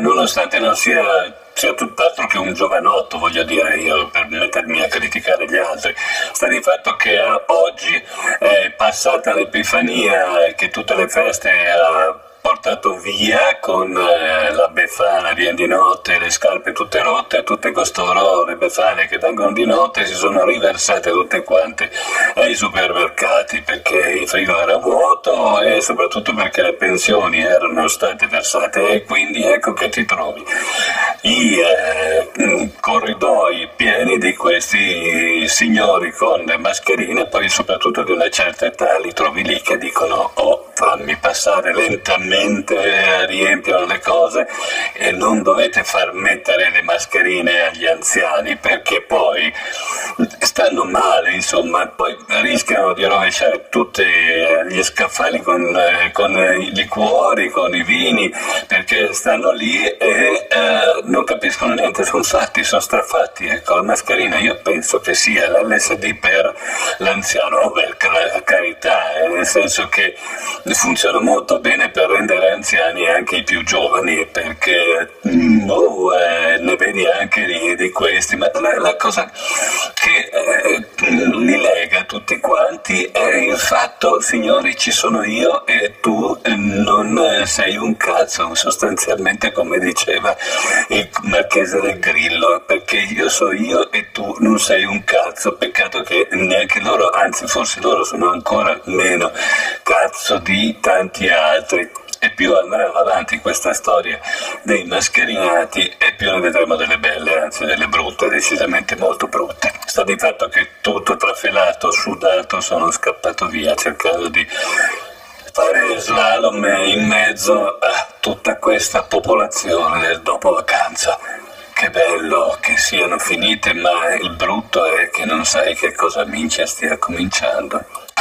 nonostante non sia tutt'altro che un giovanotto, voglio dire io, per mettermi a criticare gli altri. Sta di fatto che oggi è passata l'Epifania e che tutte le feste ha portato via con la Befana, viene di notte, le scarpe tutte rotte, tutte costoro, le Befane che vengono di notte si sono riversate tutte quante ai supermercati perché il frigo era vuoto e soprattutto perché le pensioni erano state versate e quindi ecco che ti trovi i corridoi pieni di questi signori con le mascherine, poi soprattutto di una certa età li trovi lì che dicono oh fammi passare lentamente, riempiono le cose e non dovete far mettere le mascherine agli anziani perché poi stanno male, insomma, poi rischiano di rovesciare tutti gli scaffali con i liquori, con i vini, perché stanno lì e non capiscono niente, sono fatti, sono strafatti. Ecco, la mascherina io penso che sia l'LSD per l'anziano, per carità, nel senso che funziona molto bene per rendere anziani anche i più giovani, perché ne vedi anche di questi, ma la cosa che li lega tutti quanti è il fatto, signori, ci sono io e tu non sei un cazzo, sostanzialmente, come diceva il Marchese del Grillo, perché io so io e tu non sei un cazzo. Peccato che neanche loro, anzi forse loro sono ancora meno cazzo di tanti altri. E più andrà avanti questa storia dei mascherinati e più ne vedremo delle belle, anzi delle brutte, decisamente molto brutte. Sta di fatto che tutto trafelato, sudato, sono scappato via cercando di fare slalom in mezzo a tutta questa popolazione del dopo vacanza. Che bello che siano finite, ma il brutto è che non sai che cosa minchia stia cominciando.